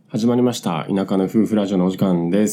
始まりました。田舎の夫婦ラジオのお時間です。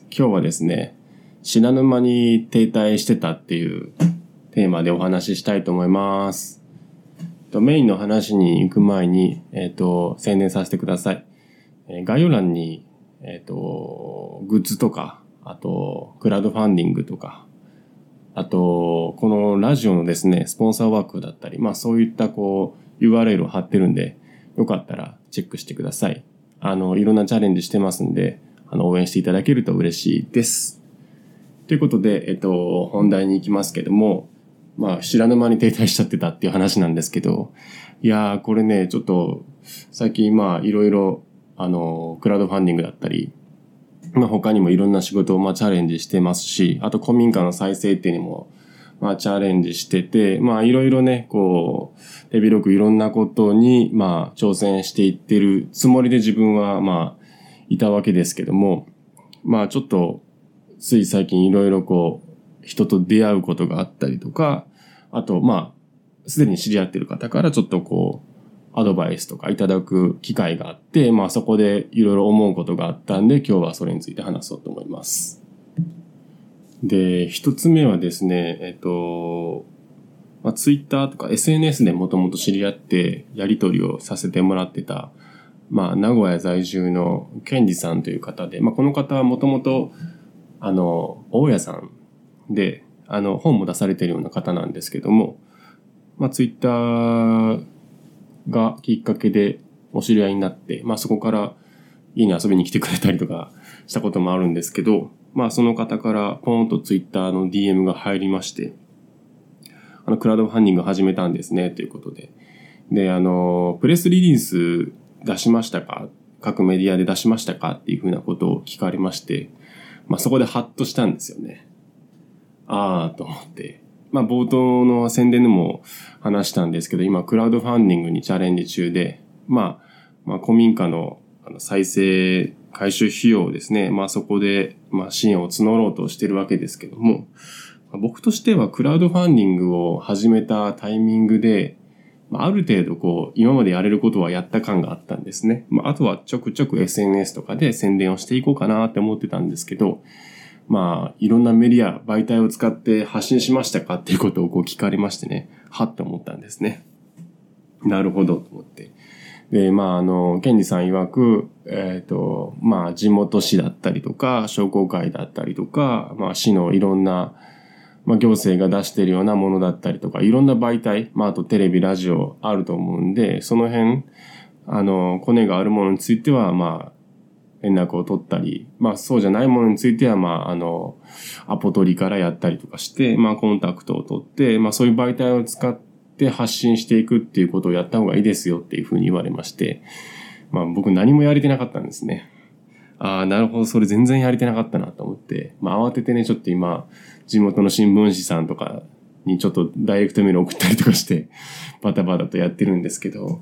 今日はですね、信濃沼に停滞してたっていうテーマでお話ししたいと思います。メインの話に行く前に、宣伝させてください。概要欄に、グッズとか、あと、クラウドファンディングとか、あと、このラジオのですね、スポンサーワークだったり、そういったURL を貼ってるんで、よかったらチェックしてください。いろんなチャレンジしてますんで、応援していただけると嬉しいです。ということで、本題に行きますけども、知らぬ間に停滞しちゃってたっていう話なんですけど、いやー、これね、ちょっと、最近いろいろ、クラウドファンディングだったり、他にもいろんな仕事をチャレンジしてますし、あと古民家の再生っていうのも、チャレンジしてて、いろいろね、手広くいろんなことに、挑戦していってるつもりで自分は、いたわけですけども、ちょっと、つい最近いろいろ人と出会うことがあったりとか、あと、すでに知り合ってる方からちょっとアドバイスとかいただく機会があって、そこでいろいろ思うことがあったんで、今日はそれについて話そうと思います。で、一つ目はですね、ツイッターとか SNS でもともと知り合ってやり取りをさせてもらってた、名古屋在住のケンジさんという方で、この方はもともと、大家さんで、本も出されているような方なんですけども、ツイッターがきっかけでお知り合いになって、そこから家に遊びに来てくれたりとかしたこともあるんですけど、その方からポーンとツイッターの DM が入りまして、クラウドファンディング始めたんですね、ということで。で、プレスリリース出しましたか？各メディアで出しましたか？っていうふうなことを聞かれまして、そこでハッとしたんですよね。と思って。冒頭の宣伝でも話したんですけど、今、クラウドファンディングにチャレンジ中で、古民家の再生回収費用ですね。そこで、支援を募ろうとしてるわけですけども、僕としてはクラウドファンディングを始めたタイミングで、ある程度今までやれることはやった感があったんですね。あとはちょくちょく SNS とかで宣伝をしていこうかなって思ってたんですけど、いろんなメディア、媒体を使って発信しましたかっていうことを聞かれましてね、はっと思ったんですね。なるほどと思って。で、ケンジさん曰く、地元市だったりとか、商工会だったりとか、市のいろんな、行政が出しているようなものだったりとか、いろんな媒体、あとテレビ、ラジオあると思うんで、その辺、コネがあるものについては、連絡を取ったり、そうじゃないものについては、アポ取りからやったりとかして、コンタクトを取って、そういう媒体を使って発信していくっていうことをやった方がいいですよっていうふうに言われまして、僕何もやれてなかったんですね。なるほど、それ全然やれてなかったなと思って、慌ててね、ちょっと今、地元の新聞紙さんとかにちょっとダイレクトメール送ったりとかして、バタバタとやってるんですけど、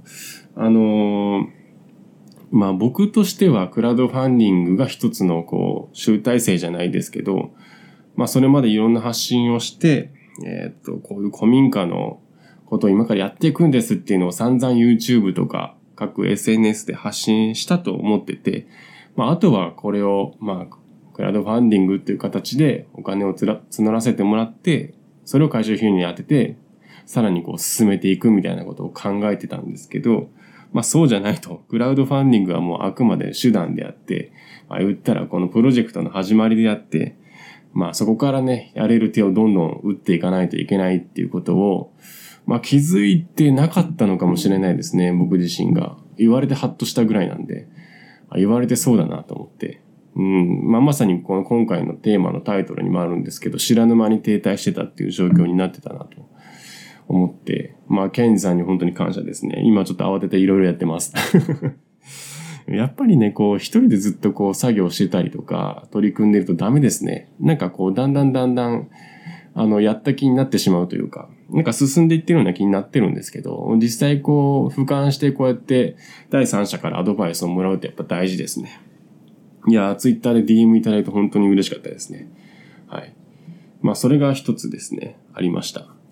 僕としてはクラウドファンディングが一つの集大成じゃないですけど、それまでいろんな発信をして、こういう古民家のことを今からやっていくんですっていうのを散々 YouTube とか各 SNS で発信したと思ってて、あとはこれを、クラウドファンディングっていう形でお金を募らせてもらって、それを回収費用に当てて、さらに進めていくみたいなことを考えてたんですけど、そうじゃないと。クラウドファンディングはもうあくまで手段であって、言ったらこのプロジェクトの始まりであって、そこからね、やれる手をどんどん打っていかないといけないっていうことを、気づいてなかったのかもしれないですね、僕自身が。言われてハッとしたぐらいなんで、言われてそうだなと思って。まさに今回のテーマのタイトルにもあるんですけど、知らぬ間に停滞してたっていう状況になってたなと思って、ケンジさんに本当に感謝ですね。今ちょっと慌てていろいろやってます。やっぱりね、一人でずっと作業してたりとか、取り組んでるとダメですね。だんだん、やった気になってしまうというか、進んでいってるような気になってるんですけど、実際俯瞰してこうやって第三者からアドバイスをもらうってやっぱ大事ですね。いやー、ツイッターで DM いただいて本当に嬉しかったですね。はい。それが一つですね、ありました。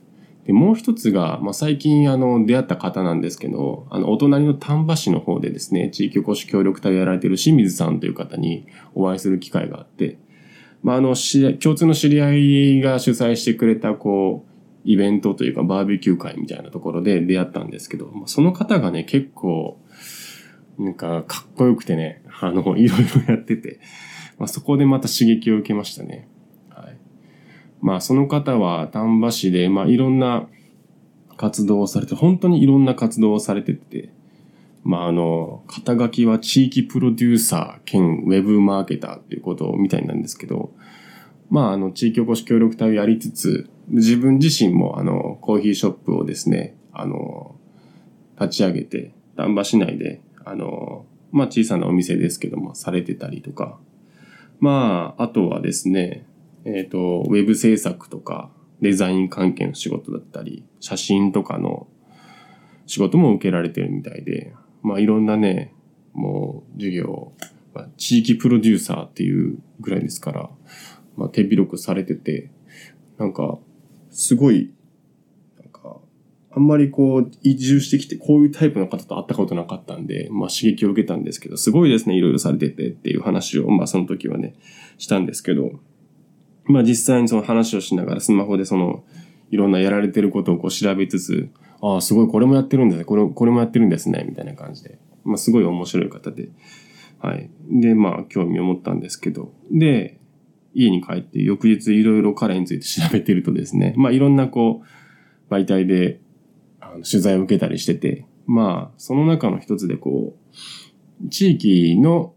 で、もう一つが、最近出会った方なんですけど、お隣の丹波市の方でですね、地域おこし協力隊をやられている清水さんという方にお会いする機会があって、共通の知り合いが主催してくれた、イベントというかバーベキュー会みたいなところで出会ったんですけど、その方がね、結構、かっこよくてね、いろいろやってて、そこでまた刺激を受けましたね。はい。その方は丹波市で、いろんな活動をされて、本当にいろんな活動をされてて、肩書きは地域プロデューサー兼ウェブマーケターっていうことみたいなんですけど、地域おこし協力隊をやりつつ、自分自身もコーヒーショップをですね、立ち上げて、丹波市内で、小さなお店ですけども、されてたりとか、あとはですね、ウェブ制作とか、デザイン関係の仕事だったり、写真とかの仕事も受けられてるみたいで、いろんなね、もう授業、地域プロデューサーっていうぐらいですから、手広くされてて、すごい、あんまり移住してきて、こういうタイプの方と会ったことなかったんで、刺激を受けたんですけど、すごいですね、いろいろされててっていう話を、その時はね、したんですけど、実際にその話をしながらスマホでいろんなやられてることを調べつつ、すごいこれもやってるんですね、これもやってるんですね、みたいな感じで。すごい面白い方で。はい。で、興味を持ったんですけど。で、家に帰って翌日いろいろ彼について調べてるとですね、いろんな媒体で取材を受けたりしてて、その中の一つで地域の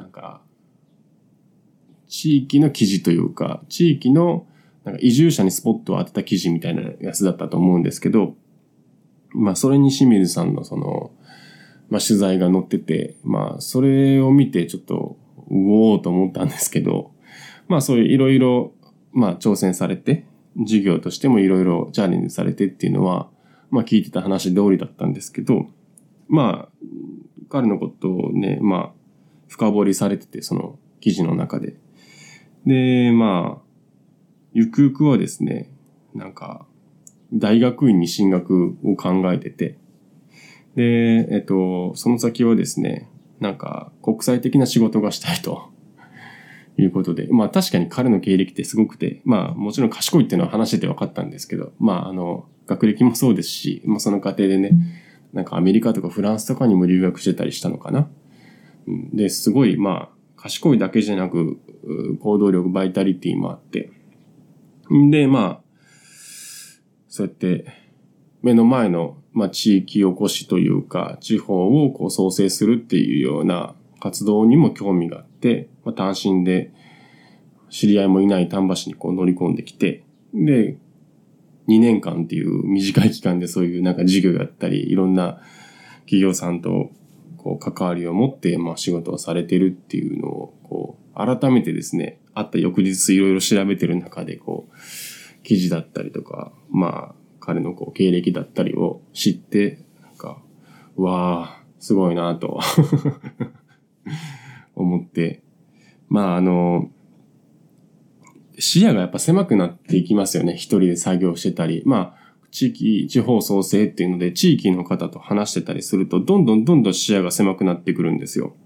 記事というか、地域の移住者にスポットを当てた記事みたいなやつだったと思うんですけど、それに清水さんの取材が載ってて、それを見てちょっと、うおーと思ったんですけど、そういういろいろ、挑戦されて、授業としてもいろいろチャレンジされてっていうのは、聞いてた話通りだったんですけど、彼のことをね、深掘りされてて、その記事の中で。で、ゆくゆくはですね、大学院に進学を考えてて、で、その先はですね、国際的な仕事がしたいということで、確かに彼の経歴ってすごくて、もちろん賢いっていうのは話してて分かったんですけど、学歴もそうですし、その過程でね、アメリカとかフランスとかにも留学してたりしたのかな。で、すごい、賢いだけじゃなく、行動力、バイタリティもあって、で、そうやって、目の前の、地域おこしというか、地方を創生するっていうような活動にも興味があって、単身で知り合いもいない丹波市に乗り込んできて、で、2年間っていう短い期間でそういう授業やったり、いろんな企業さんと関わりを持って、仕事をされてるっていうのを、改めてですね、会った翌日いろいろ調べてる中で、記事だったりとか、彼の経歴だったりを知って、うわー、すごいなと思って、視野がやっぱ狭くなっていきますよね。一人で作業してたり。地方創生っていうので、地域の方と話してたりすると、どんどん視野が狭くなってくるんですよ。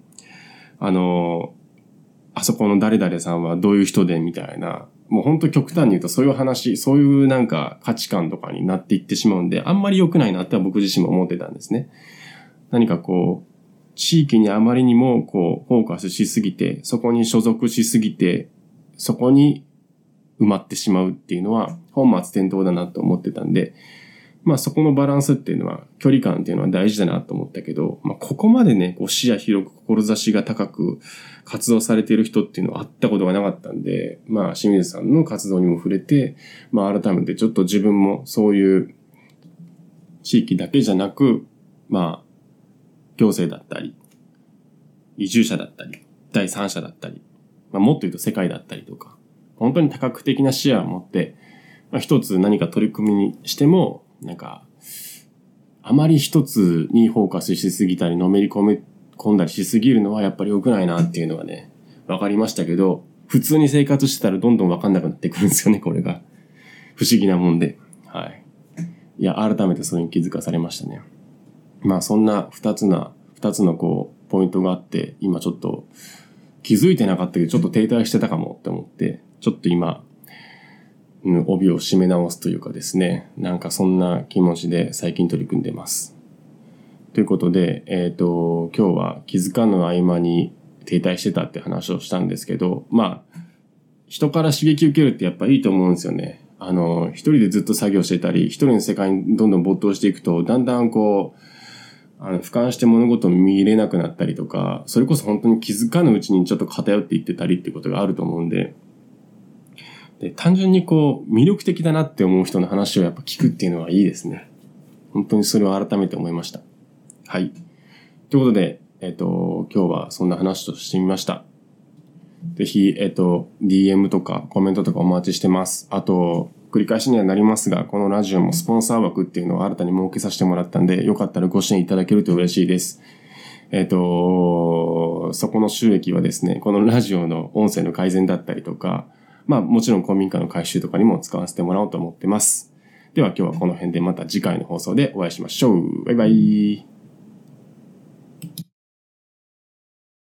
あそこの誰々さんはどういう人でみたいな、もう本当極端に言うとそういう話、そういう価値観とかになっていってしまうんで、あんまり良くないなって僕自身も思ってたんですね。何か地域にあまりにもフォーカスしすぎて、そこに所属しすぎて、そこに埋まってしまうっていうのは本末転倒だなと思ってたんで、そこのバランスっていうのは、距離感っていうのは大事だなと思ったけど、ここまでね、視野広く志が高く活動されている人っていうのは会ったことがなかったんで、清水さんの活動にも触れて、改めてちょっと自分もそういう地域だけじゃなく、行政だったり、移住者だったり、第三者だったり、もっと言うと世界だったりとか、本当に多角的な視野を持って、一つ何か取り組みにしても、あまり一つにフォーカスしすぎたり、のめり込んだりしすぎるのはやっぱり良くないなっていうのはね、わかりましたけど、普通に生活してたらどんどんわかんなくなってくるんですよね、これが。不思議なもんで。はい。 いや、改めてそれに気づかされましたね。まあそんな2つのポイントがあって、今ちょっと気づいてなかったけどちょっと停滞してたかもって思って、ちょっと今、帯を締め直すというかですね、なんかそんな気持ちで最近取り組んでます。ということで、今日は気づかぬ合間に停滞してたって話をしたんですけど、まあ、人から刺激受けるってやっぱいいと思うんですよね。一人でずっと作業してたり、一人の世界にどんどん没頭していくと、だんだんこう、俯瞰して物事を見入れなくなったりとか、それこそ本当に気づかぬうちにちょっと偏っていってたりっていうことがあると思うんで、単純にこう、魅力的だなって思う人の話をやっぱ聞くっていうのはいいですね。本当にそれを改めて思いました。はい。ということで、今日はそんな話をしてみました。ぜひ、DM とかコメントとかお待ちしてます。あと、繰り返しにはなりますが、このラジオもスポンサー枠っていうのを新たに設けさせてもらったんで、よかったらご支援いただけると嬉しいです。そこの収益はですね、このラジオの音声の改善だったりとか、まあもちろん公民館の改修とかにも使わせてもらおうと思ってます。では今日はこの辺でまた次回の放送でお会いしましょう。バイバイ。